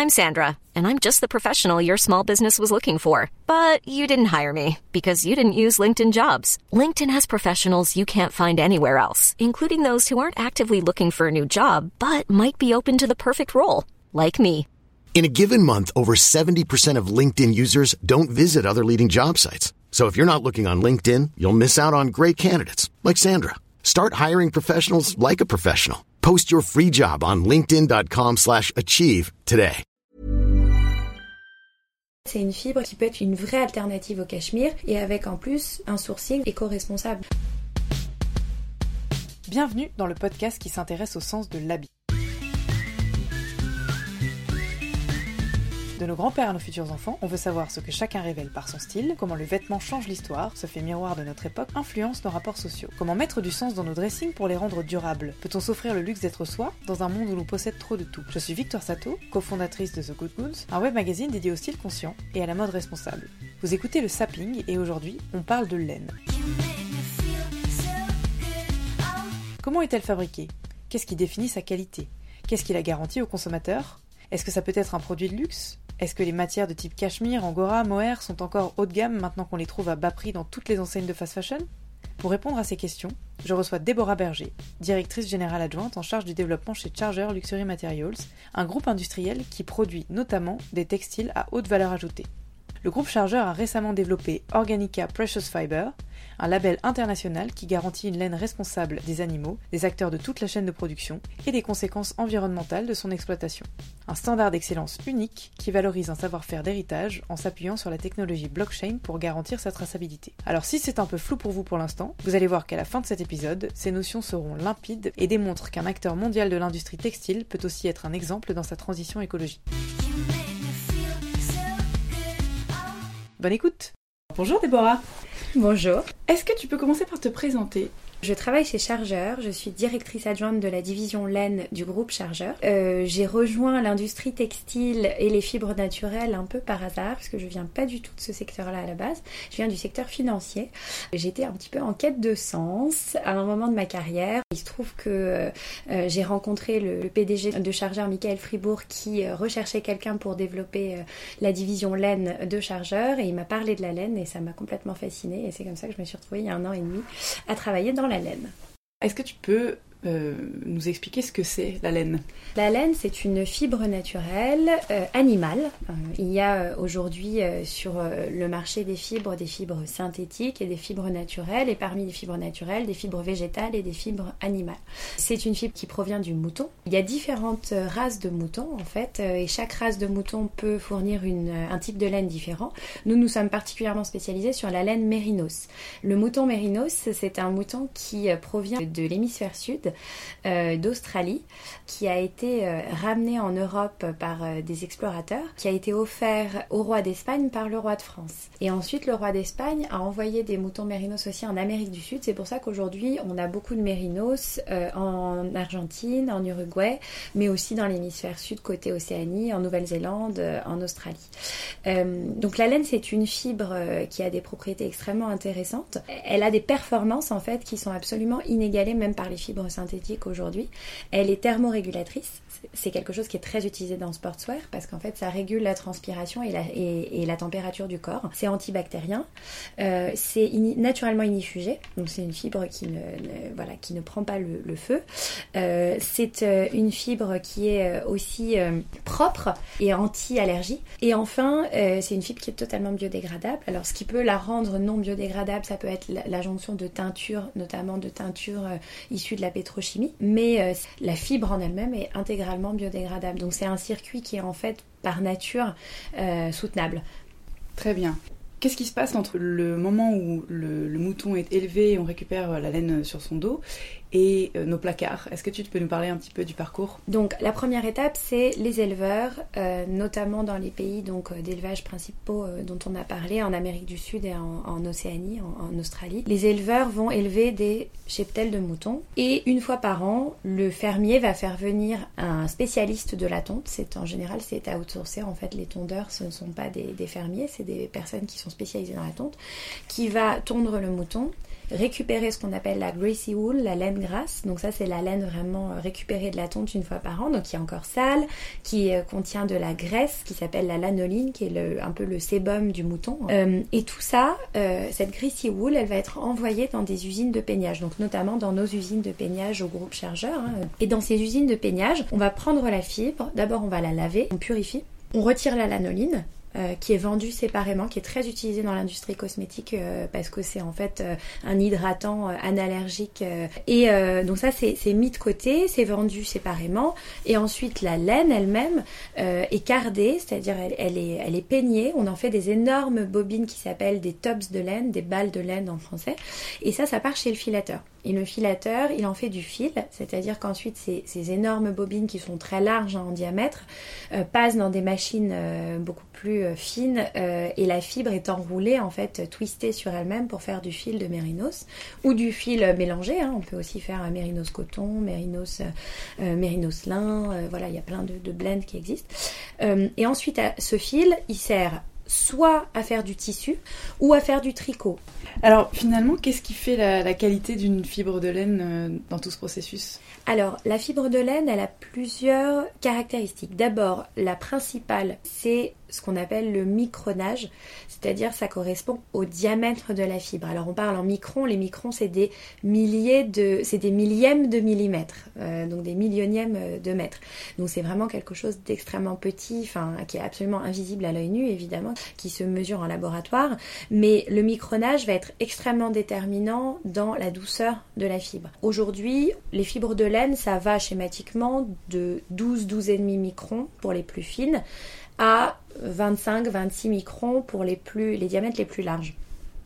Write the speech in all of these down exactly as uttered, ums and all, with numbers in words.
I'm Sandra, and I'm just the professional your small business was looking for. But you didn't hire me because you didn't use LinkedIn Jobs. LinkedIn has professionals you can't find anywhere else, including those who aren't actively looking for a new job, but might be open to the perfect role, like me. In a given month, over seventy percent of LinkedIn users don't visit other leading job sites. So if you're not looking on LinkedIn, you'll miss out on great candidates like Sandra. Start hiring professionals like a professional. Post your free job on linkedin.com slash achieve today. C'est une fibre qui peut être une vraie alternative au cachemire et avec en plus un sourcing éco-responsable. Bienvenue dans le podcast qui s'intéresse au sens de l'habit. De nos grands-pères à nos futurs enfants, on veut savoir ce que chacun révèle par son style, comment le vêtement change l'histoire, se fait miroir de notre époque, influence nos rapports sociaux. Comment mettre du sens dans nos dressings pour les rendre durables. Peut-on s'offrir le luxe d'être soi, dans un monde où l'on possède trop de tout? Je suis Victoire Sato, cofondatrice de The Good Goods, un web magazine dédié au style conscient et à la mode responsable. Vous écoutez le Sapping et aujourd'hui, on parle de laine. Comment est-elle fabriquée? Qu'est-ce qui définit sa qualité? Qu'est-ce qui la garantit aux consommateurs? Est-ce que ça peut être un produit de luxe? Est-ce que les matières de type cachemire, angora, mohair sont encore haut de gamme maintenant qu'on les trouve à bas prix dans toutes les enseignes de fast fashion? Pour répondre à ces questions, je reçois Déborah Berger, directrice générale adjointe en charge du développement chez Charger Luxury Materials, un groupe industriel qui produit notamment des textiles à haute valeur ajoutée. Le groupe Charger a récemment développé Organica Precious Fiber, un label international qui garantit une laine responsable des animaux, des acteurs de toute la chaîne de production et des conséquences environnementales de son exploitation. Un standard d'excellence unique qui valorise un savoir-faire d'héritage en s'appuyant sur la technologie blockchain pour garantir sa traçabilité. Alors si c'est un peu flou pour vous pour l'instant, vous allez voir qu'à la fin de cet épisode, ces notions seront limpides et démontrent qu'un acteur mondial de l'industrie textile peut aussi être un exemple dans sa transition écologique. Bonne écoute! Bonjour Déborah! Bonjour. Est-ce que tu peux commencer par te présenter? Je travaille chez Charger, je suis directrice adjointe de la division laine du groupe Charger. Euh, j'ai rejoint l'industrie textile et les fibres naturelles un peu par hasard, parce que je viens pas du tout de ce secteur-là à la base. Je viens du secteur financier. J'étais un petit peu en quête de sens à un moment de ma carrière. Il se trouve que euh, j'ai rencontré le, le P D G de Charger, Michael Fribourg, qui euh, recherchait quelqu'un pour développer euh, la division laine de Charger, et il m'a parlé de la laine et ça m'a complètement fascinée, et c'est comme ça que je me suis retrouvée il y a un an et demi à travailler dans la laine. Est-ce que tu peux euh, nous expliquer ce que c'est la laine? La laine, c'est une fibre naturelle euh, animale. Euh, il y a euh, aujourd'hui euh, sur euh, le marché des fibres, des fibres synthétiques et des fibres naturelles, et parmi les fibres naturelles, des fibres végétales et des fibres animales. C'est une fibre qui provient du mouton. Il y a différentes races de moutons en fait, euh, et chaque race de mouton peut fournir une, un type de laine différent. Nous, nous sommes particulièrement spécialisés sur la laine mérinos. Le mouton mérinos, c'est un mouton qui euh, provient de l'hémisphère sud, Euh, d'Australie, qui a été euh, ramené en Europe par euh, des explorateurs, qui a été offert au roi d'Espagne par le roi de France. Et ensuite, le roi d'Espagne a envoyé des moutons mérinos aussi en Amérique du Sud. C'est pour ça qu'aujourd'hui, on a beaucoup de mérinos euh, en Argentine, en Uruguay, mais aussi dans l'hémisphère sud, côté Océanie, en Nouvelle-Zélande, euh, en Australie. Euh, donc la laine, c'est une fibre euh, qui a des propriétés extrêmement intéressantes. Elle a des performances, en fait, qui sont absolument inégalées, même par les fibres synthétique aujourd'hui. Elle est thermorégulatrice. C'est quelque chose qui est très utilisé dans le sportswear parce qu'en fait ça régule la transpiration et la, et, et la température du corps. C'est antibactérien. Euh, c'est ini- naturellement inifugé. Donc c'est une fibre qui ne, ne, voilà, qui ne prend pas le, le feu. Euh, c'est euh, une fibre qui est aussi euh, propre et anti-allergie. Et enfin, euh, c'est une fibre qui est totalement biodégradable. Alors ce qui peut la rendre non biodégradable, ça peut être la, la jonction de teintures, notamment de teintures euh, issues de la pétrochimie, mais euh, la fibre en elle-même est intégralement biodégradable. Donc c'est un circuit qui est en fait par nature euh, soutenable. Très bien. Qu'est-ce qui se passe entre le moment où le, le mouton est élevé et on récupère la laine sur son dos et euh, nos placards? Est-ce que tu peux nous parler un petit peu du parcours? Donc la première étape, c'est les éleveurs, euh, notamment dans les pays donc, euh, d'élevage principaux euh, dont on a parlé, en Amérique du Sud et en, en Océanie, en, en Australie. Les éleveurs vont élever des cheptels de moutons et une fois par an, le fermier va faire venir un spécialiste de la tonte. C'est, en général, c'est outsourcé. En fait, les tondeurs, ce ne sont pas des, des fermiers, c'est des personnes qui sont spécialisées dans la tonte, qui va tondre le mouton, récupérer ce qu'on appelle la greasy wool, la laine grasse. Donc ça, c'est la laine vraiment récupérée de la tonte une fois par an, donc qui est encore sale, qui contient de la graisse qui s'appelle la lanoline, qui est le, un peu le sébum du mouton. Euh, et tout ça, euh, cette greasy wool, elle va être envoyée dans des usines de peignage, donc notamment dans nos usines de peignage au groupe Chargeur. Hein. Et dans ces usines de peignage, on va prendre la fibre, d'abord on va la laver, on purifie, on retire la lanoline, Euh, qui est vendu séparément, qui est très utilisé dans l'industrie cosmétique euh, parce que c'est en fait euh, un hydratant euh, analergique euh, et euh, donc ça c'est, c'est mis de côté, c'est vendu séparément et ensuite la laine elle-même euh, est cardée, c'est-à-dire elle, elle, est, elle est peignée, on en fait des énormes bobines qui s'appellent des tubs de laine, des balles de laine en français et ça ça part chez le filateur. Et le filateur, il en fait du fil, c'est-à-dire qu'ensuite ces, ces énormes bobines qui sont très larges hein, en diamètre euh, passent dans des machines euh, beaucoup plus euh, fines euh, et la fibre est enroulée en fait twistée sur elle-même pour faire du fil de mérinos ou du fil mélangé. Hein. On peut aussi faire un mérinos coton, mérinos euh, mérinos lin. Euh, voilà, il y a plein de, de blends qui existent. Euh, et ensuite, ce fil, il sert soit à faire du tissu ou à faire du tricot. Alors finalement, qu'est-ce qui fait la, la qualité d'une fibre de laine euh, dans tout ce processus ? Alors, la fibre de laine, elle a plusieurs caractéristiques. D'abord, la principale, c'est ce qu'on appelle le micronage, c'est-à-dire ça correspond au diamètre de la fibre. Alors on parle en microns, les microns c'est des milliers de, c'est des millièmes de millimètres, euh, donc des millionièmes de mètres. Donc c'est vraiment quelque chose d'extrêmement petit, enfin qui est absolument invisible à l'œil nu évidemment, qui se mesure en laboratoire, mais le micronage va être extrêmement déterminant dans la douceur de la fibre. Aujourd'hui, les fibres de laine, ça va schématiquement de douze à douze virgule cinq microns pour les plus fines, à vingt-cinq à vingt-six microns pour les, plus, les diamètres les plus larges.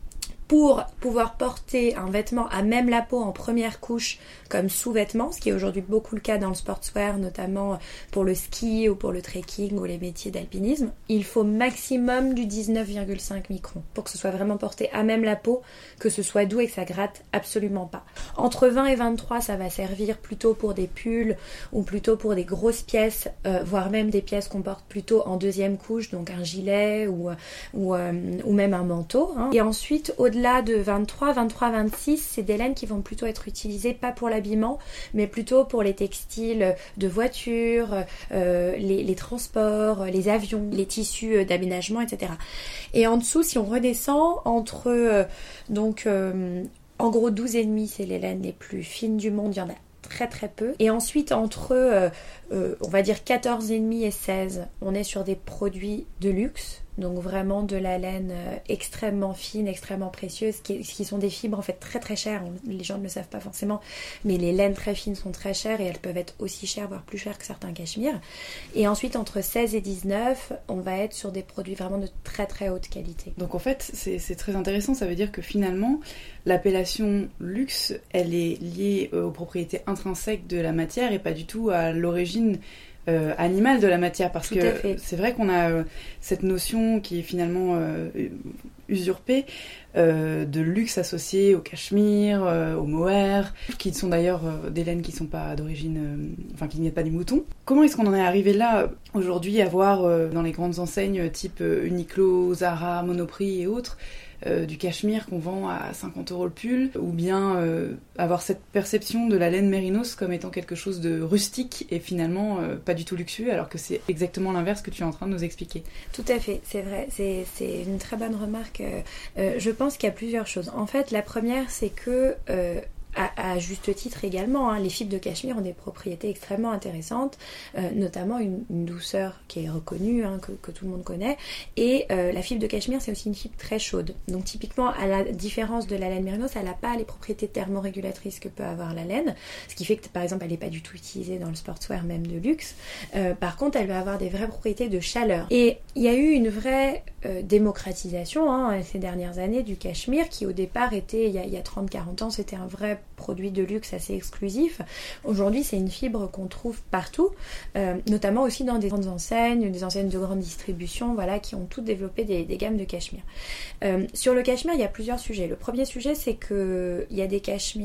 Pour pouvoir porter un vêtement à même la peau en première couche comme sous-vêtement, ce qui est aujourd'hui beaucoup le cas dans le sportswear, notamment pour le ski ou pour le trekking ou les métiers d'alpinisme, il faut maximum du dix-neuf virgule cinq microns pour que ce soit vraiment porté à même la peau, que ce soit doux et que ça gratte absolument pas. Entre vingt et vingt-trois, ça va servir plutôt pour des pulls ou plutôt pour des grosses pièces, euh, voire même des pièces qu'on porte plutôt en deuxième couche, donc un gilet ou, ou, euh, ou même un manteau. Hein. Et ensuite, au-delà de vingt-trois, vingt-trois, vingt-six, c'est des laines qui vont plutôt être utilisées pas pour l'habillement, mais plutôt pour les textiles de voitures, euh, les, les transports, les avions, les tissus d'aménagement, et cetera. Et en dessous, si on redescend entre, euh, donc, euh, en gros, douze virgule cinq, c'est les laines les plus fines du monde, il y en a très très peu. Et ensuite, entre, euh, euh, on va dire quatorze virgule cinq et seize, on est sur des produits de luxe. Donc vraiment de la laine extrêmement fine, extrêmement précieuse, qui, qui sont des fibres en fait très très chères. Les gens ne le savent pas forcément, mais les laines très fines sont très chères et elles peuvent être aussi chères, voire plus chères que certains cachemires. Et ensuite, entre seize et dix-neuf, on va être sur des produits vraiment de très très haute qualité. Donc en fait, c'est, c'est très intéressant. Ça veut dire que finalement, l'appellation luxe, elle est liée aux propriétés intrinsèques de la matière et pas du tout à l'origine Euh, animale de la matière, parce Tout que c'est vrai qu'on a euh, cette notion qui est finalement euh, usurpée euh, de luxe associé au cachemire, euh, au mohair, qui sont d'ailleurs euh, des laines qui sont pas d'origine, euh, enfin qui n'y pas du mouton. Comment est-ce qu'on en est arrivé là aujourd'hui à voir euh, dans les grandes enseignes type euh, Uniqlo, Zara, Monoprix et autres Euh, du cachemire qu'on vend à cinquante euros le pull, ou bien euh, avoir cette perception de la laine mérinos comme étant quelque chose de rustique et finalement euh, pas du tout luxueux, alors que c'est exactement l'inverse que tu es en train de nous expliquer. Tout à fait, c'est vrai, c'est, c'est une très bonne remarque. Euh, je pense qu'il y a plusieurs choses. En fait, la première, c'est que euh, À, à juste titre également, hein, les fibres de cachemire ont des propriétés extrêmement intéressantes, euh, notamment une, une douceur qui est reconnue, hein, que, que tout le monde connaît, et euh, la fibre de cachemire c'est aussi une fibre très chaude. Donc typiquement, à la différence de la laine mérinos, elle n'a pas les propriétés thermorégulatrices que peut avoir la laine, ce qui fait que par exemple elle n'est pas du tout utilisée dans le sportswear même de luxe. Euh, par contre, elle va avoir des vraies propriétés de chaleur. Et il y a eu une vraie euh, démocratisation hein, ces dernières années du cachemire, qui au départ était, il y a, il y a trente à quarante ans, c'était un vrai produit de luxe assez exclusif. Aujourd'hui, c'est une fibre qu'on trouve partout, euh, notamment aussi dans des grandes enseignes, des enseignes de grande distribution, voilà, qui ont toutes développé des, des gammes de cachemire. Euh, sur le cachemire, il y a plusieurs sujets. Le premier sujet, c'est qu'il y a des cachemires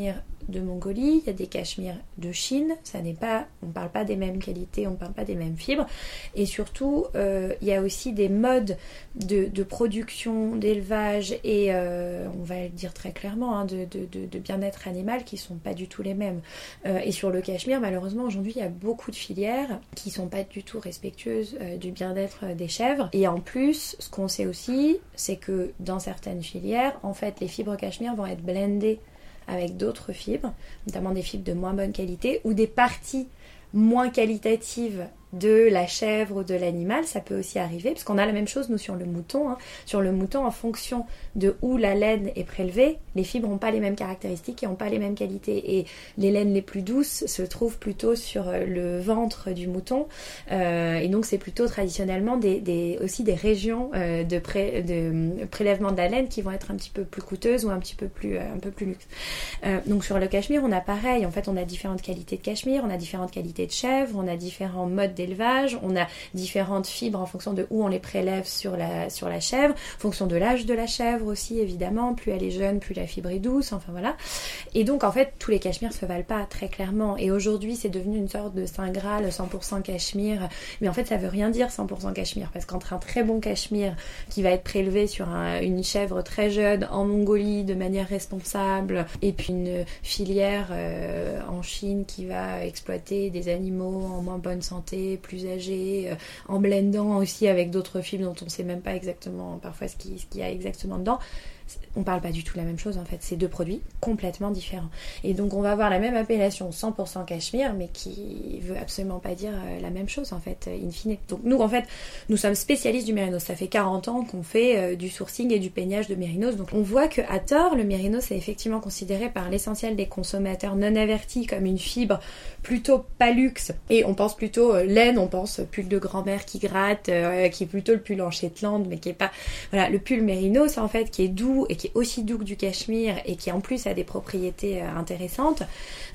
de Mongolie, il y a des cachemires de Chine, ça n'est pas, on ne parle pas des mêmes qualités, on ne parle pas des mêmes fibres, et surtout euh, il y a aussi des modes de, de production, d'élevage et euh, on va le dire très clairement, hein, de, de, de, de bien-être animal qui ne sont pas du tout les mêmes. Euh, et sur le cachemire, malheureusement aujourd'hui il y a beaucoup de filières qui ne sont pas du tout respectueuses euh, du bien-être des chèvres, et en plus ce qu'on sait aussi c'est que dans certaines filières, en fait les fibres cachemire vont être blendées avec d'autres fibres, notamment des fibres de moins bonne qualité ou des parties moins qualitatives de la chèvre ou de l'animal, ça peut aussi arriver, parce qu'on a la même chose nous sur le mouton. Hein. Sur le mouton, en fonction de où la laine est prélevée, les fibres n'ont pas les mêmes caractéristiques et n'ont pas les mêmes qualités. Et les laines les plus douces se trouvent plutôt sur le ventre du mouton, euh, et donc c'est plutôt traditionnellement des, des, aussi des régions euh, de, pré, de prélèvement de la laine qui vont être un petit peu plus coûteuses ou un petit peu plus, un peu plus luxe. Euh, donc sur le cachemire, on a pareil, en fait on a différentes qualités de cachemire, on a différentes qualités de chèvre, on a différents modes d'élevage, on a différentes fibres en fonction de où on les prélève sur la, sur la chèvre, en fonction de l'âge de la chèvre aussi évidemment, plus elle est jeune, plus la fibre est douce, enfin voilà. Et donc en fait tous les cachemires se valent pas très clairement, et aujourd'hui c'est devenu une sorte de saint graal, cent pour cent cachemire, mais en fait ça veut rien dire cent pour cent cachemire, parce qu'entre un très bon cachemire qui va être prélevé sur un, une chèvre très jeune en Mongolie de manière responsable, et puis une filière euh, en Chine qui va exploiter des animaux en moins bonne santé, plus âgés, euh, en blendant aussi avec d'autres fibres dont on ne sait même pas exactement parfois ce qu'il, ce qu'il y a exactement dedans. On parle pas du tout de la même chose en fait, c'est deux produits complètement différents. Et donc on va avoir la même appellation cent pour cent cachemire, mais qui veut absolument pas dire la même chose en fait, in fine. Donc nous en fait, nous sommes spécialistes du mérinos. Ça fait quarante ans qu'on fait euh, du sourcing et du peignage de mérinos. Donc on voit qu'à tort, le mérinos est effectivement considéré par l'essentiel des consommateurs non avertis comme une fibre plutôt pas luxe. Et on pense plutôt euh, laine, on pense pull de grand-mère qui gratte, euh, qui est plutôt le pull en Shetland, mais qui est pas... Voilà, le pull mérinos en fait, qui est doux et qui est aussi doux que du cachemire et qui en plus a des propriétés euh, intéressantes,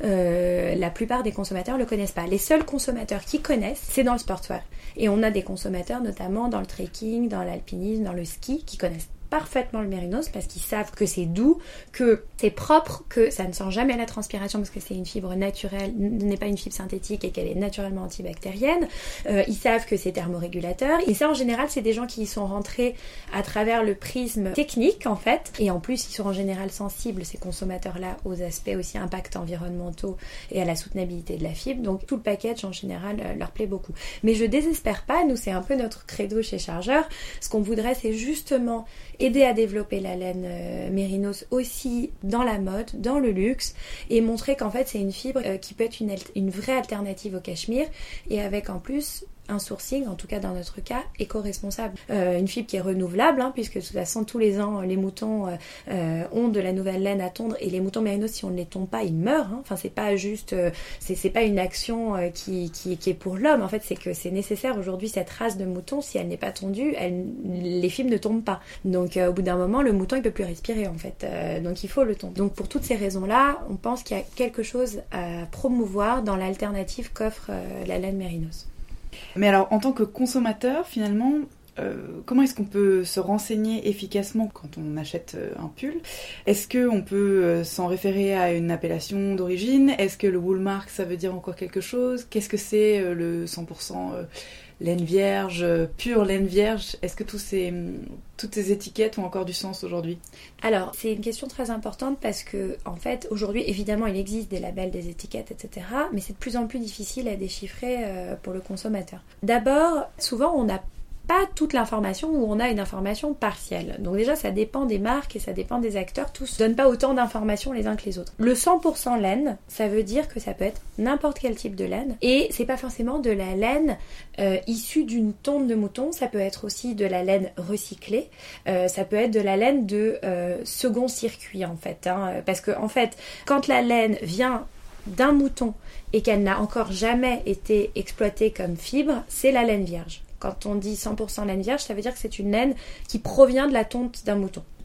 euh, la plupart des consommateurs le connaissent pas. Les seuls consommateurs qui connaissent, c'est dans le sportswear. Et on a des consommateurs notamment dans le trekking, dans l'alpinisme, dans le ski, qui connaissent parfaitement le mérinos parce qu'ils savent que c'est doux, que c'est propre, que ça ne sent jamais la transpiration parce que c'est une fibre naturelle, n'est pas une fibre synthétique et qu'elle est naturellement antibactérienne. Euh, ils savent que c'est thermorégulateur. Et ça, en général, c'est des gens qui y sont rentrés à travers le prisme technique, en fait. Et en plus, ils sont en général sensibles, ces consommateurs-là, aux aspects aussi impacts environnementaux et à la soutenabilité de la fibre. Donc, tout le package, en général, euh, leur plaît beaucoup. Mais je désespère pas. Nous, c'est un peu notre credo chez Chargeur. Ce qu'on voudrait, c'est justement aider à développer la laine euh, mérinos aussi dans la mode, dans le luxe, et montrer qu'en fait c'est une fibre euh, qui peut être une, une vraie alternative au cachemire, et avec en plus un sourcing, en tout cas dans notre cas, éco-responsable. Euh, une fibre qui est renouvelable, hein, puisque de toute façon tous les ans les moutons euh, euh, ont de la nouvelle laine à tondre, et les moutons mérinos, si on ne les tond pas, ils meurent. Hein. Enfin, c'est pas juste, euh, c'est, c'est pas une action euh, qui, qui, qui est pour l'homme. En fait, c'est que c'est nécessaire aujourd'hui cette race de moutons. Si elle n'est pas tondue, elle, les fibres ne tombent pas. Donc, euh, au bout d'un moment, le mouton il peut plus respirer en fait. Euh, donc, il faut le tondre. Donc, pour toutes ces raisons-là, on pense qu'il y a quelque chose à promouvoir dans l'alternative qu'offre euh, la laine mérinos. Mais alors, en tant que consommateur, finalement, euh, comment est-ce qu'on peut se renseigner efficacement quand on achète un pull ? Est-ce qu'on peut euh, s'en référer à une appellation d'origine ? Est-ce que le woolmark, ça veut dire encore quelque chose ? Qu'est-ce que c'est euh, le cent pour cent euh, laine vierge, pure laine vierge ? Est-ce que tous ces, toutes ces étiquettes ont encore du sens aujourd'hui ? Alors, c'est une question très importante parce que, en fait, aujourd'hui, évidemment, il existe des labels, des étiquettes, et cetera, mais c'est de plus en plus difficile à déchiffrer euh, pour le consommateur. D'abord, souvent, on n'a pas toute l'information ou on a une information partielle. Donc déjà, ça dépend des marques et ça dépend des acteurs. Tous ne donnent pas autant d'informations les uns que les autres. Le cent pour cent laine, ça veut dire que ça peut être n'importe quel type de laine. Et c'est pas forcément de la laine euh, issue d'une tonte de mouton. Ça peut être aussi de la laine recyclée. Euh, ça peut être de la laine de euh, second circuit, en fait. Hein, parce que, en fait, quand la laine vient d'un mouton et qu'elle n'a encore jamais été exploitée comme fibre, c'est la laine vierge. Quand on dit cent pour cent laine vierge, ça veut dire que c'est une laine qui provient de la tonte d'un mouton.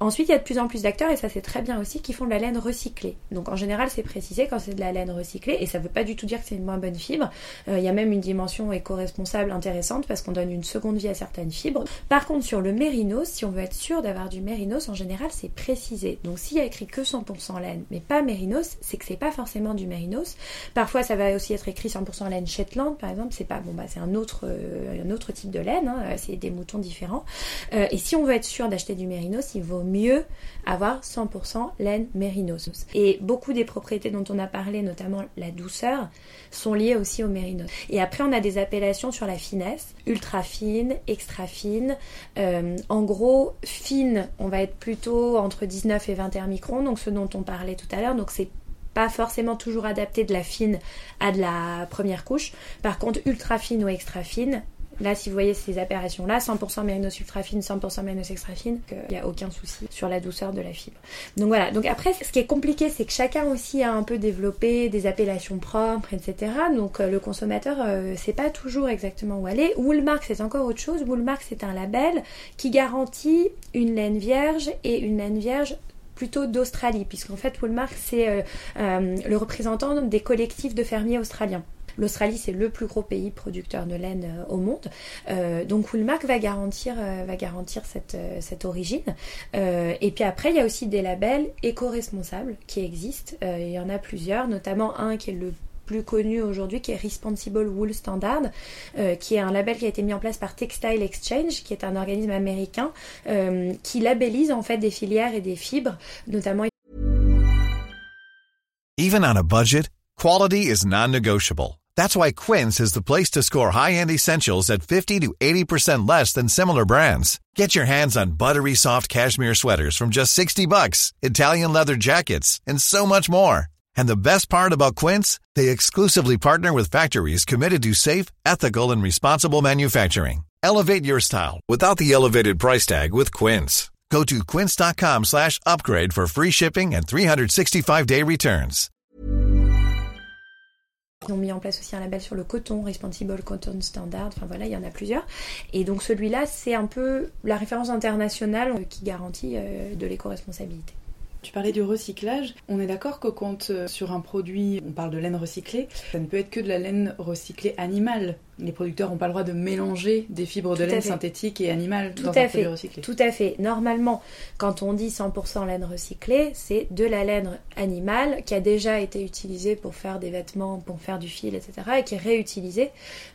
Ensuite, il y a de plus en plus d'acteurs, et ça c'est très bien aussi, qui font de la laine recyclée. Donc en général, c'est précisé quand c'est de la laine recyclée, et ça ne veut pas du tout dire que c'est une moins bonne fibre. Euh, il y a même une dimension éco-responsable intéressante parce qu'on donne une seconde vie à certaines fibres. Par contre, sur le mérinos, si on veut être sûr d'avoir du mérinos, en général, c'est précisé. Donc s'il y a écrit que cent pour cent laine, mais pas mérinos, c'est que c'est pas forcément du mérinos. Parfois, ça va aussi être écrit cent pour cent laine Shetland, par exemple. C'est pas bon, bah c'est un autre, euh, un autre type de laine. Hein, c'est des moutons différents. Euh, et si on veut être sûr d'acheter du mérinos, il vaut mieux avoir cent pour cent laine mérinos. Et beaucoup des propriétés dont on a parlé, notamment la douceur, sont liées aussi au mérinos. Et après, on a des appellations sur la finesse, ultra fine, extra fine. Euh, en gros, fine, on va être plutôt entre dix-neuf et vingt et un microns, donc ce dont on parlait tout à l'heure. Donc c'est pas forcément toujours adapté de la fine à de la première couche. Par contre, ultra fine ou extra fine, là, si vous voyez ces apparitions-là, cent pour cent mérinos ultra fine, cent pour cent mérinos extra fine, il n'y a aucun souci sur la douceur de la fibre. Donc voilà. Donc après, ce qui est compliqué, c'est que chacun aussi a un peu développé des appellations propres, et cetera. Donc euh, le consommateur euh, sait pas toujours exactement où aller. Woolmark, c'est encore autre chose. Woolmark, c'est un label qui garantit une laine vierge et une laine vierge plutôt d'Australie, puisqu'en fait Woolmark, c'est euh, euh, le représentant des collectifs de fermiers australiens. L'Australie, c'est le plus gros pays producteur de laine euh, au monde. Euh, donc Woolmark va garantir, euh, va garantir cette, euh, cette origine. Euh, et puis après, il y a aussi des labels éco-responsables qui existent. Euh, il y en a plusieurs, notamment un qui est le plus connu aujourd'hui, qui est Responsible Wool Standard, euh, qui est un label qui a été mis en place par Textile Exchange, qui est un organisme américain euh, qui labellise en fait des filières et des fibres, notamment. Even on a budget, quality is non-negotiable. That's why Quince is the place to score high-end essentials at fifty to eighty percent less than similar brands. Get your hands on buttery soft cashmere sweaters from just sixty bucks, Italian leather jackets, and so much more. And the best part about Quince, they exclusively partner with factories committed to safe, ethical, and responsible manufacturing. Elevate your style without the elevated price tag with Quince. Go to quince.com slash upgrade for free shipping and three sixty-five day returns. Ils ont mis en place aussi un label sur le coton, Responsible Cotton Standard, enfin voilà, il y en a plusieurs. Et donc celui-là, c'est un peu la référence internationale qui garantit euh, de l'éco-responsabilité. Tu parlais du recyclage. On est d'accord que quand euh, sur un produit, on parle de laine recyclée, ça ne peut être que de la laine recyclée animale. Les producteurs n'ont pas le droit de mélanger des fibres de laine synthétiques et animales dans un produit recyclé. Tout à fait. Normalement, quand on dit cent pour cent laine recyclée, c'est de la laine animale qui a déjà été utilisée pour faire des vêtements, pour faire du fil, et cetera, et qui est réutilisée,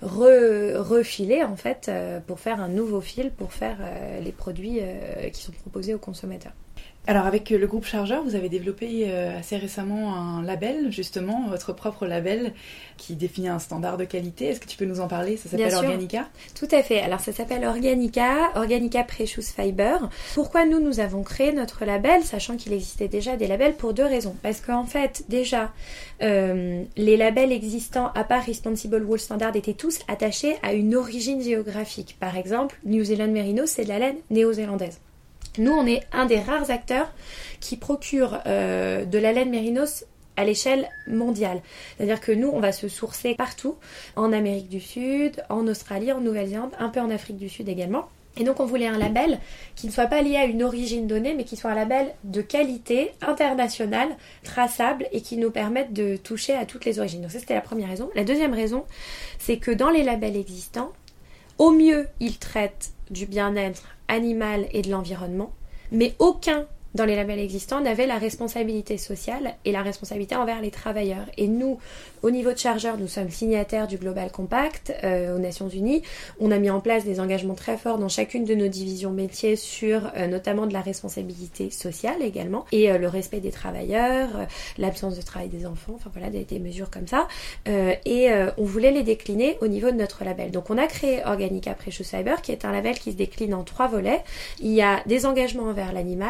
re, refilée en fait, euh, pour faire un nouveau fil, pour faire euh, les produits euh, qui sont proposés aux consommateurs. Alors avec le groupe Chargeur, vous avez développé euh, assez récemment un label, justement, votre propre label qui définit un standard de qualité. Est-ce que tu peux nous en parler ? Ça s'appelle Organica ? Tout à fait. Alors ça s'appelle Organica, Organica Precious Fiber. Pourquoi nous, nous avons créé notre label, sachant qu'il existait déjà des labels, pour deux raisons. Parce qu'en fait, déjà, euh, les labels existants, à part Responsible Wool Standard, étaient tous attachés à une origine géographique. Par exemple, New Zealand Merino, c'est de la laine néo-zélandaise. Nous, on est un des rares acteurs qui procure euh, de la laine mérinos à l'échelle mondiale. C'est-à-dire que nous, on va se sourcer partout, en Amérique du Sud, en Australie, en Nouvelle-Zélande, un peu en Afrique du Sud également. Et donc, on voulait un label qui ne soit pas lié à une origine donnée, mais qui soit un label de qualité internationale, traçable, et qui nous permette de toucher à toutes les origines. Donc ça, c'était la première raison. La deuxième raison, c'est que dans les labels existants, au mieux, ils traitent du bien-être animal et de l'environnement, mais aucun dans les labels existants n'avait la responsabilité sociale et la responsabilité envers les travailleurs. Et nous, au niveau de Chargeur, nous sommes signataires du Global Compact euh, aux Nations Unies. On a mis en place des engagements très forts dans chacune de nos divisions métiers sur euh, notamment de la responsabilité sociale également, et euh, le respect des travailleurs, euh, l'absence de travail des enfants, enfin voilà, des, des mesures comme ça. Euh, et euh, on voulait les décliner au niveau de notre label. Donc on a créé Organica Precious Fiber, qui est un label qui se décline en trois volets. Il y a des engagements envers l'animal, des engagements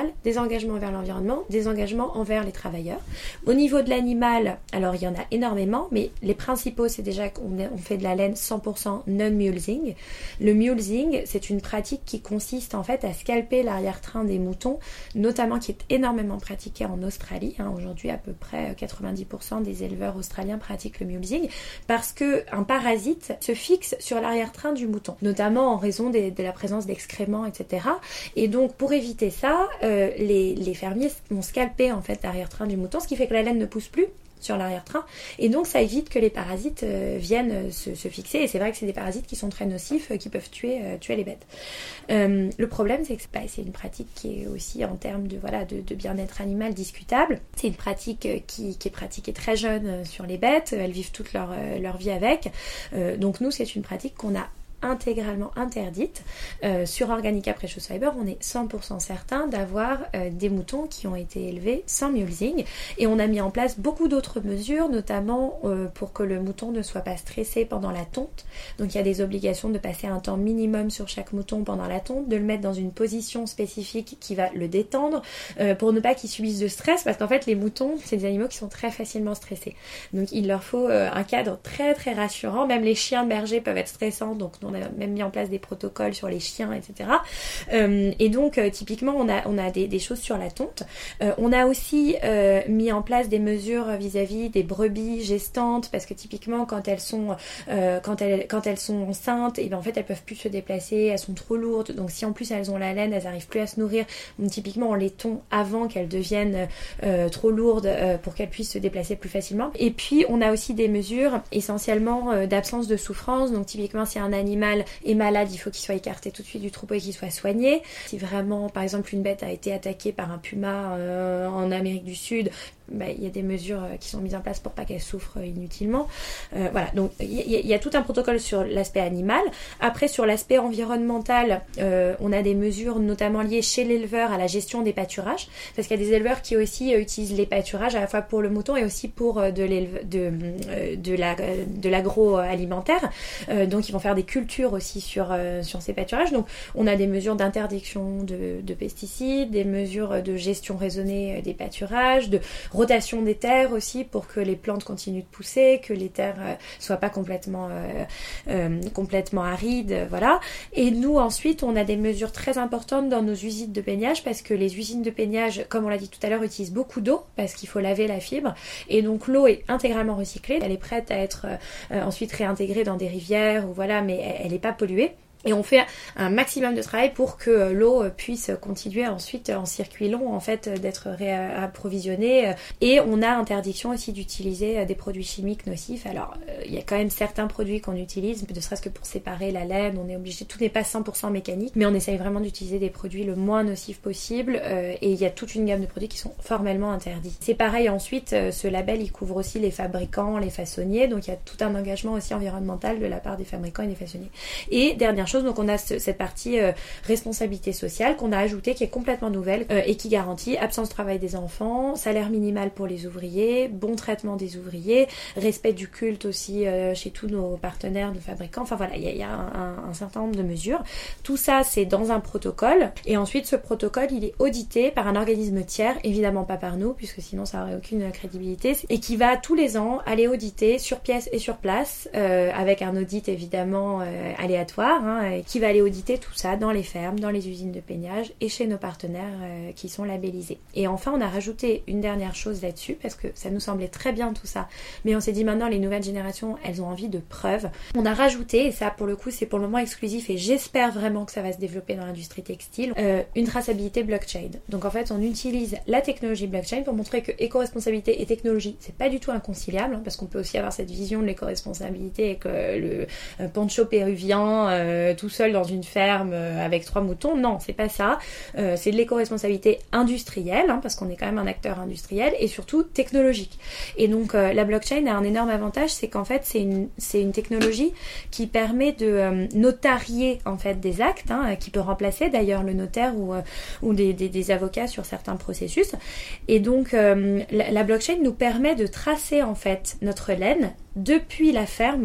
engagements envers l'environnement, des engagements envers les travailleurs. Au niveau de l'animal, alors il y en a énormément, mais les principaux, c'est déjà qu'on on fait de la laine cent pour cent non-mulesing. Le mulesing, c'est une pratique qui consiste en fait à scalper l'arrière-train des moutons, notamment qui est énormément pratiquée en Australie. Hein. Aujourd'hui, à peu près quatre-vingt-dix pour cent des éleveurs australiens pratiquent le mulesing parce qu'un parasite se fixe sur l'arrière-train du mouton, notamment en raison des, de la présence d'excréments, et cetera. Et donc, pour éviter ça, euh, les, les fermiers vont scalper en fait l'arrière-train du mouton, ce qui fait que la laine ne pousse plus sur l'arrière-train, et donc ça évite que les parasites euh, viennent euh, se, se fixer, et c'est vrai que c'est des parasites qui sont très nocifs, euh, qui peuvent tuer, euh, tuer les bêtes. Euh, le problème, c'est que bah, c'est une pratique qui est aussi en termes de, voilà, de, de bien-être animal discutable. C'est une pratique euh, qui, qui est pratiquée très jeune euh, sur les bêtes, elles vivent toute leur, euh, leur vie avec, euh, donc nous c'est une pratique qu'on a intégralement interdite. Euh, sur Organica Precious Fiber, on est cent pour cent certain d'avoir euh, des moutons qui ont été élevés sans mulesing, et on a mis en place beaucoup d'autres mesures, notamment euh, pour que le mouton ne soit pas stressé pendant la tonte. Donc il y a des obligations de passer un temps minimum sur chaque mouton pendant la tonte, de le mettre dans une position spécifique qui va le détendre, euh, pour ne pas qu'il subisse de stress, parce qu'en fait les moutons, c'est des animaux qui sont très facilement stressés. Donc il leur faut euh, un cadre très très rassurant. Même les chiens de berger peuvent être stressants, donc on a même mis en place des protocoles sur les chiens, et cetera. Euh, et donc, euh, typiquement, on a, on a des, des choses sur la tonte. Euh, on a aussi euh, mis en place des mesures vis-à-vis des brebis gestantes, parce que typiquement, quand elles sont, euh, quand elles, quand elles sont enceintes, et ben en fait, elles peuvent plus se déplacer, elles sont trop lourdes. Donc, si en plus elles ont la laine, elles n'arrivent plus à se nourrir. Donc, typiquement, on les tond avant qu'elles deviennent euh, trop lourdes euh, pour qu'elles puissent se déplacer plus facilement. Et puis, on a aussi des mesures essentiellement euh, d'absence de souffrance. Donc, typiquement, si un animal est malade, il faut qu'il soit écarté tout de suite du troupeau et qu'il soit soigné. Si vraiment, par exemple, une bête a été attaquée par un puma euh, en Amérique du Sud, bah, il y a des mesures qui sont mises en place pour pas qu'elle souffre inutilement. Euh, voilà, donc il y, y, y a tout un protocole sur l'aspect animal. Après, sur l'aspect environnemental, euh, on a des mesures notamment liées chez l'éleveur à la gestion des pâturages, parce qu'il y a des éleveurs qui aussi euh, utilisent les pâturages à la fois pour le mouton et aussi pour euh, de, de, euh, de, la, de l'agroalimentaire. Euh, donc ils vont faire des cultures aussi sur, euh, sur ces pâturages. Donc on a des mesures d'interdiction de, de pesticides, des mesures de gestion raisonnée des pâturages, de rotation des terres aussi pour que les plantes continuent de pousser, que les terres euh, soient pas complètement euh, euh, complètement arides, euh, voilà. Et nous ensuite, on a des mesures très importantes dans nos usines de peignage, parce que les usines de peignage, comme on l'a dit tout à l'heure, utilisent beaucoup d'eau parce qu'il faut laver la fibre, et donc l'eau est intégralement recyclée, elle est prête à être euh, ensuite réintégrée dans des rivières ou voilà, mais elle n'est pas polluée. Et on fait un maximum de travail pour que l'eau puisse continuer ensuite en circuit long, en fait, d'être réapprovisionnée. Et on a interdiction aussi d'utiliser des produits chimiques nocifs. Alors, il y a quand même certains produits qu'on utilise, ne serait-ce que pour séparer la laine, on est obligé, tout n'est pas cent pour cent mécanique, mais on essaye vraiment d'utiliser des produits le moins nocifs possible. Et il y a toute une gamme de produits qui sont formellement interdits. C'est pareil ensuite, ce label, il couvre aussi les fabricants, les façonniers, donc il y a tout un engagement aussi environnemental de la part des fabricants et des façonniers. Et dernière chose, donc on a ce, cette partie euh, responsabilité sociale qu'on a ajoutée, qui est complètement nouvelle euh, et qui garantit absence de travail des enfants, salaire minimal pour les ouvriers, bon traitement des ouvriers, respect du culte aussi euh, chez tous nos partenaires de fabricants. Enfin voilà, il y a, y a un, un certain nombre de mesures. Tout ça, c'est dans un protocole, et ensuite ce protocole, il est audité par un organisme tiers, évidemment pas par nous, puisque sinon ça aurait aucune crédibilité, et qui va tous les ans aller auditer sur pièce et sur place, euh, avec un audit évidemment euh, aléatoire, hein, qui va aller auditer tout ça dans les fermes, dans les usines de peignage et chez nos partenaires euh, qui sont labellisés. Et enfin, on a rajouté une dernière chose là-dessus, parce que ça nous semblait très bien tout ça, mais on s'est dit maintenant les nouvelles générations, elles ont envie de preuves. On a rajouté, et ça pour le coup c'est pour le moment exclusif, et j'espère vraiment que ça va se développer dans l'industrie textile, euh, une traçabilité blockchain. Donc en fait on utilise la technologie blockchain pour montrer que éco-responsabilité et technologie, c'est pas du tout inconciliable, hein, parce qu'on peut aussi avoir cette vision de l'éco-responsabilité et que le euh, poncho péruvien euh, tout seul dans une ferme euh, avec trois moutons, non, c'est pas ça. Euh, c'est de l'éco-responsabilité industrielle, hein, parce qu'on est quand même un acteur industriel, et surtout technologique. Et donc euh, la blockchain a un énorme avantage, c'est qu'en fait c'est une, c'est une technologie qui permet de euh, notarier en fait des actes, hein, qui peut remplacer d'ailleurs le notaire ou, euh, ou des, des, des avocats sur certains processus. Et donc euh, la, la blockchain nous permet de tracer en fait notre laine depuis la ferme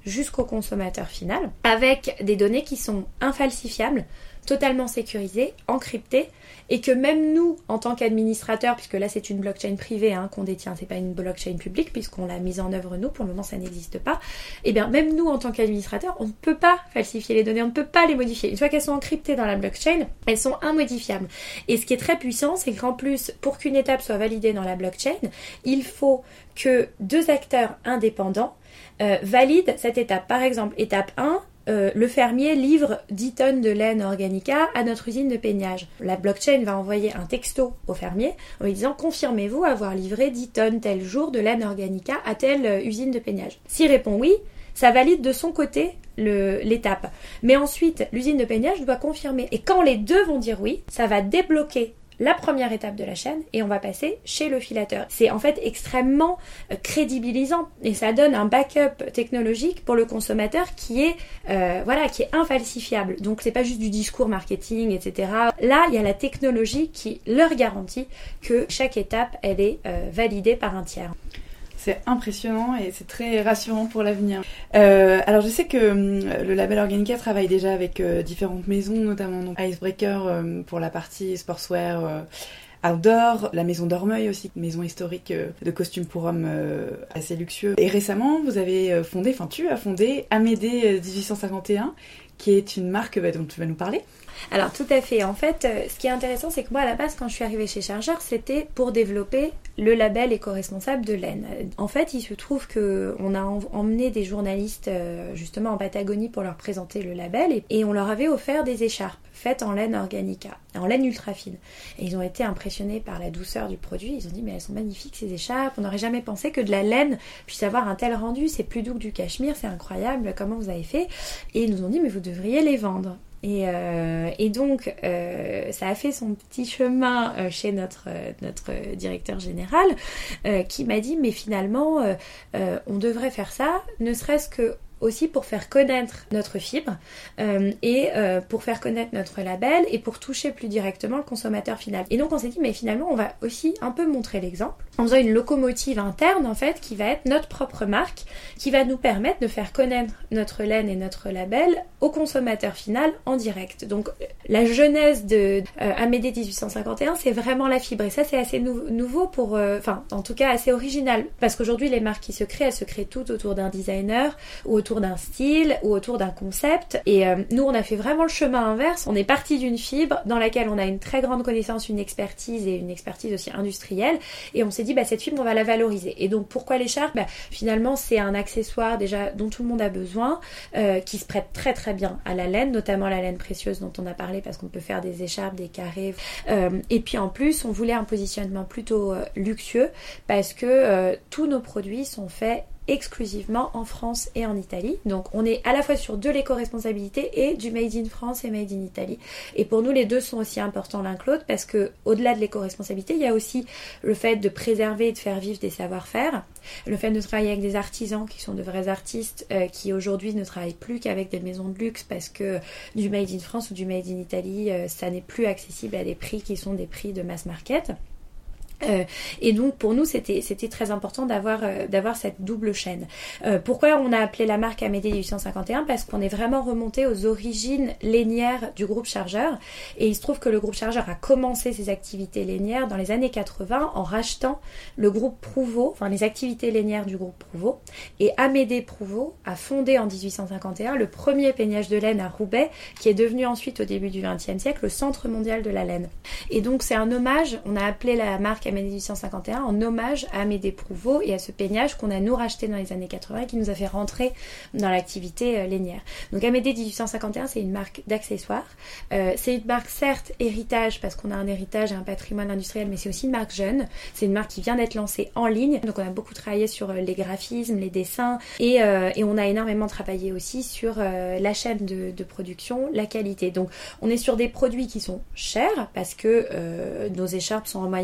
jusqu'au consommateur final, avec des données qui sont infalsifiables, totalement sécurisées, encryptées, et que même nous, en tant qu'administrateurs, puisque là c'est une blockchain privée hein, qu'on détient, c'est pas une blockchain publique, puisqu'on l'a mise en œuvre nous, pour le moment ça n'existe pas, et bien même nous, en tant qu'administrateurs, on ne peut pas falsifier les données, on ne peut pas les modifier. Une fois qu'elles sont encryptées dans la blockchain, elles sont immodifiables. Et ce qui est très puissant, c'est qu'en plus, pour qu'une étape soit validée dans la blockchain, il faut que deux acteurs indépendants euh, valident cette étape. Par exemple, étape un, Euh, le fermier livre dix tonnes de laine organica à notre usine de peignage. La blockchain va envoyer un texto au fermier en lui disant « Confirmez-vous avoir livré dix tonnes tel jour de laine organica à telle euh, usine de peignage ?» S'il répond oui, ça valide de son côté le, l'étape. Mais ensuite, l'usine de peignage doit confirmer. Et quand les deux vont dire oui, ça va débloquer la première étape de la chaîne et on va passer chez le filateur. C'est en fait extrêmement euh, crédibilisant et ça donne un backup technologique pour le consommateur qui est euh, voilà qui est infalsifiable. Donc c'est pas juste du discours marketing, et cetera. Là, il y a la technologie qui leur garantit que chaque étape elle est euh, validée par un tiers. C'est impressionnant et c'est très rassurant pour l'avenir. Euh, alors je sais que euh, le label Organica travaille déjà avec euh, différentes maisons, notamment donc Icebreaker euh, pour la partie sportswear euh, outdoor, la maison d'Ormeuil aussi, maison historique euh, de costumes pour hommes euh, assez luxueux. Et récemment, vous avez fondé, enfin tu as fondé Amédée dix-huit cent cinquante et un, qui est une marque bah, dont tu vas nous parler. Alors tout à fait. En fait, euh, ce qui est intéressant, c'est que moi à la base, quand je suis arrivée chez Chargeur, c'était pour développer le label éco-responsable de laine. En fait, il se trouve que on a en- emmené des journalistes euh, justement en Patagonie pour leur présenter le label et, et on leur avait offert des écharpes faites en laine organica, en laine ultra fine. Et ils ont été impressionnés par la douceur du produit. Ils ont dit mais elles sont magnifiques ces écharpes. On n'aurait jamais pensé que de la laine puisse avoir un tel rendu. C'est plus doux que du cachemire. C'est incroyable. Comment vous avez fait? Et ils nous ont dit mais vous devriez les vendre. Et, euh, et donc, euh, ça a fait son petit chemin euh, chez notre, euh, notre directeur général euh, qui m'a dit, mais finalement, euh, euh, on devrait faire ça, ne serait-ce que aussi pour faire connaître notre fibre euh, et euh, pour faire connaître notre label et pour toucher plus directement le consommateur final. Et donc on s'est dit mais finalement on va aussi un peu montrer l'exemple en faisant une locomotive interne en fait qui va être notre propre marque, qui va nous permettre de faire connaître notre laine et notre label au consommateur final en direct. Donc la genèse de euh, Amédée dix-huit cent cinquante et un, c'est vraiment la fibre et ça c'est assez nou- nouveau pour, enfin euh, en tout cas assez original parce qu'aujourd'hui les marques qui se créent, elles se créent toutes autour d'un designer ou autour d'un style ou autour d'un concept et euh, nous on a fait vraiment le chemin inverse. On est parti d'une fibre dans laquelle on a une très grande connaissance, une expertise et une expertise aussi industrielle et on s'est dit bah cette fibre on va la valoriser. Et donc pourquoi l'écharpe? Bah, finalement c'est un accessoire déjà dont tout le monde a besoin, euh, qui se prête très très bien à la laine, notamment la laine précieuse dont on a parlé parce qu'on peut faire des écharpes, des carrés euh, et puis en plus on voulait un positionnement plutôt euh, luxueux parce que euh, tous nos produits sont faits exclusivement en France et en Italie. Donc on est à la fois sur de l'éco-responsabilité et du made in France et made in Italy. Et pour nous les deux sont aussi importants l'un que l'autre parce que au-delà de l'éco-responsabilité, il y a aussi le fait de préserver et de faire vivre des savoir-faire, le fait de travailler avec des artisans qui sont de vrais artistes euh, qui aujourd'hui ne travaillent plus qu'avec des maisons de luxe parce que du made in France ou du made in Italy, euh, ça n'est plus accessible à des prix qui sont des prix de mass market. Euh, et donc pour nous c'était c'était très important d'avoir euh, d'avoir cette double chaîne. Euh, pourquoi on a appelé la marque Amédée dix-huit cent cinquante et un? Parce qu'on est vraiment remonté aux origines lainières du groupe Chargeur et il se trouve que le groupe Chargeur a commencé ses activités lainières dans les années quatre-vingts en rachetant le groupe Prouveau, enfin les activités lainières du groupe Prouveau, et Amédée Prouveau a fondé en dix-huit cent cinquante et un le premier peignage de laine à Roubaix qui est devenu ensuite au début du vingtième siècle le Centre mondial de la laine. Et donc c'est un hommage, on a appelé la marque Amédée dix-huit cent cinquante et un en hommage à Amédée Prouveau et à ce peignage qu'on a nous racheté dans les années quatre-vingts et qui nous a fait rentrer dans l'activité euh, lainière. Donc Amédée dix-huit cent cinquante et un c'est une marque d'accessoires, euh, c'est une marque certes héritage parce qu'on a un héritage et un patrimoine industriel mais c'est aussi une marque jeune, c'est une marque qui vient d'être lancée en ligne donc on a beaucoup travaillé sur euh, les graphismes, les dessins et, euh, et on a énormément travaillé aussi sur euh, la chaîne de, de production, la qualité. Donc on est sur des produits qui sont chers parce que euh, nos écharpes sont en moyenne à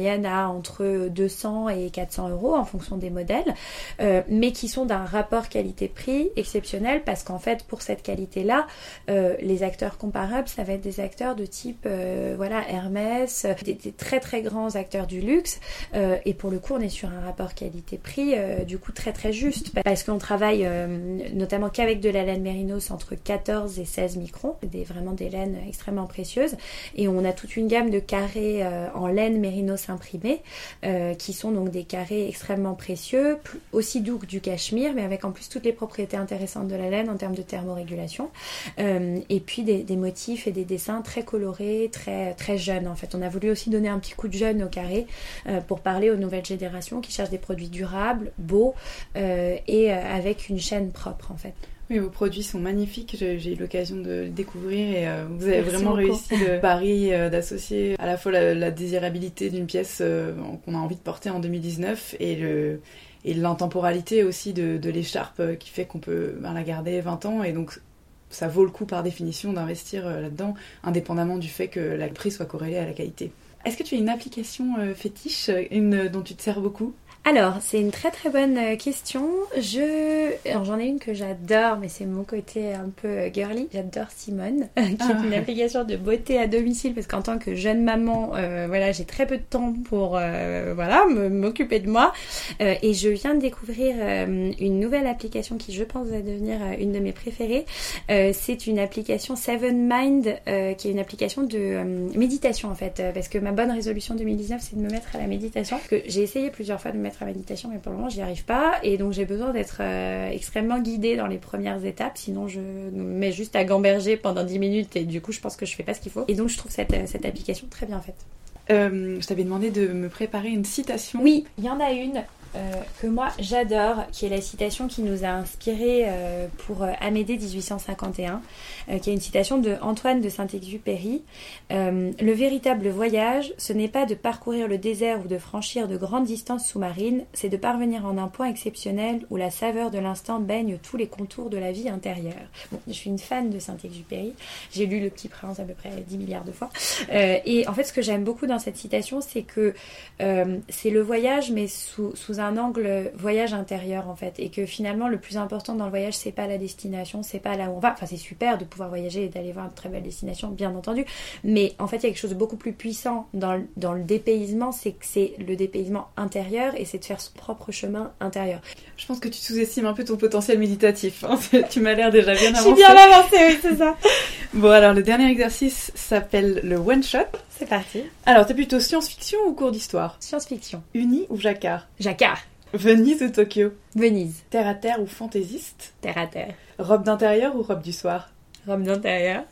entre deux cents et quatre cents euros en fonction des modèles, euh, mais qui sont d'un rapport qualité-prix exceptionnel parce qu'en fait, pour cette qualité-là, euh, les acteurs comparables, ça va être des acteurs de type euh, voilà, Hermès, des, des très très grands acteurs du luxe, euh, et pour le coup, on est sur un rapport qualité-prix euh, du coup très très juste parce qu'on travaille euh, notamment qu'avec de la laine mérinos entre quatorze et seize microns, des, vraiment des laines extrêmement précieuses, et on a toute une gamme de carrés euh, en laine mérinos imprimée euh, qui sont donc des carrés extrêmement précieux, plus, aussi doux que du cachemire, mais avec en plus toutes les propriétés intéressantes de la laine en termes de thermorégulation, euh, et puis des, des motifs et des dessins très colorés, très, très jeunes en fait. On a voulu aussi donner un petit coup de jeune au carré euh, pour parler aux nouvelles générations qui cherchent des produits durables, beaux euh, et euh, avec une chaîne propre en fait. Oui, vos produits sont magnifiques, j'ai, j'ai eu l'occasion de les découvrir et euh, vous avez Merci vraiment beaucoup. réussi le pari euh, d'associer à la fois la, la désirabilité d'une pièce euh, qu'on a envie de porter en deux mille dix-neuf et, le, et l'intemporalité aussi de, de l'écharpe euh, qui fait qu'on peut ben, la garder vingt ans, et donc ça vaut le coup par définition d'investir euh, là-dedans, indépendamment du fait que le prix soit corrélé à la qualité. Est-ce que tu as une application euh, fétiche, une euh, dont tu te sers beaucoup ? Alors, c'est une très très bonne question. Je... Alors, j'en ai une que j'adore, mais c'est mon côté un peu girly. J'adore Simone, qui est ah. une application de beauté à domicile, parce qu'en tant que jeune maman, euh, voilà, j'ai très peu de temps pour euh, voilà, me, m'occuper de moi. Euh, et je viens de découvrir euh, une nouvelle application qui, je pense, va devenir euh, une de mes préférées. Euh, c'est une application Seven Mind, euh, qui est une application de euh, méditation, en fait. Euh, parce que ma bonne résolution deux mille dix-neuf, c'est de me mettre à la méditation. Que j'ai essayé plusieurs fois de me mettre à la méditation, mais pour le moment j'y arrive pas, et donc j'ai besoin d'être euh, extrêmement guidée dans les premières étapes, sinon je me mets juste à gamberger pendant dix minutes et du coup je pense que je fais pas ce qu'il faut, et donc je trouve cette, cette application très bien faite. Euh, je t'avais demandé de me préparer une citation. Oui, il y en a une Euh, que moi j'adore, qui est la citation qui nous a inspiré euh, pour euh, Amédée dix-huit cent cinquante et un, euh, qui est une citation de Antoine de Saint-Exupéry. Euh, le véritable voyage, ce n'est pas de parcourir le désert ou de franchir de grandes distances sous-marines, c'est de parvenir en un point exceptionnel où la saveur de l'instant baigne tous les contours de la vie intérieure. Bon, je suis une fan de Saint-Exupéry, j'ai lu Le Petit Prince à peu près dix milliards de fois, euh, et en fait ce que j'aime beaucoup dans cette citation, c'est que euh, c'est le voyage, mais sous, sous un angle voyage intérieur en fait, et que finalement le plus important dans le voyage, c'est pas la destination, c'est pas là où on va, enfin c'est super de pouvoir voyager et d'aller voir une très belle destination bien entendu, mais en fait il y a quelque chose de beaucoup plus puissant dans le, dans le dépaysement, c'est que c'est le dépaysement intérieur, et c'est de faire son propre chemin intérieur. Je pense que tu sous-estimes un peu ton potentiel méditatif, hein. Tu m'as l'air déjà bien avancé. Je suis bien avancée, oui, c'est ça. Bon, alors le dernier exercice s'appelle le one shot. C'est parti. Alors t'es plutôt science-fiction ou cours d'histoire ? Science-fiction. Uni ou jacquard ? Jacquard. Venise ou Tokyo ? Venise. Terre à terre ou fantaisiste ? Terre à terre. Robe d'intérieur ou robe du soir ? Robe d'intérieur.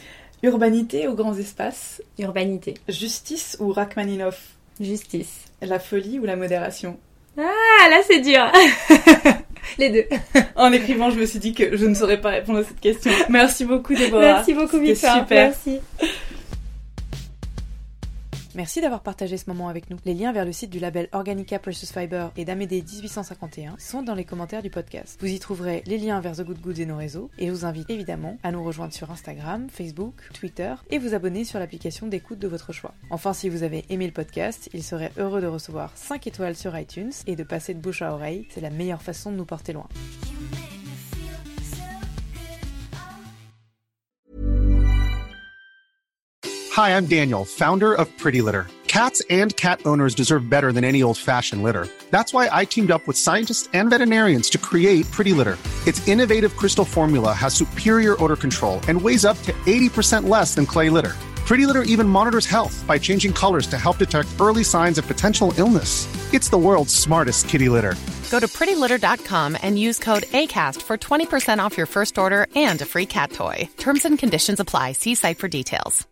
Urbanité ou grands espaces ? Urbanité. Justice ou Rachmaninoff ? Justice. La folie ou la modération ? Ah, là c'est dur. Les deux. En écrivant, je me suis dit que je ne saurais pas répondre à cette question. Merci beaucoup, Déborah. Merci beaucoup, C'était Victoire. super. Merci. Merci d'avoir partagé ce moment avec nous. Les liens vers le site du label Organica Precious Fiber et d'Amédée dix-huit cent cinquante et un sont dans les commentaires du podcast. Vous y trouverez les liens vers The Good Goods et nos réseaux, et je vous invite évidemment à nous rejoindre sur Instagram, Facebook, Twitter, et vous abonner sur l'application d'écoute de votre choix. Enfin, si vous avez aimé le podcast, il serait heureux de recevoir cinq étoiles sur iTunes et de passer de bouche à oreille. C'est la meilleure façon de nous porter loin. Hi, I'm Daniel, founder of Pretty Litter. Cats and cat owners deserve better than any old-fashioned litter. That's why I teamed up with scientists and veterinarians to create Pretty Litter. Its innovative crystal formula has superior odor control and weighs up to eighty percent less than clay litter. Pretty Litter even monitors health by changing colors to help detect early signs of potential illness. It's the world's smartest kitty litter. Go to pretty litter dot com and use code ACAST for twenty percent off your first order and a free cat toy. Terms and conditions apply. See site for details.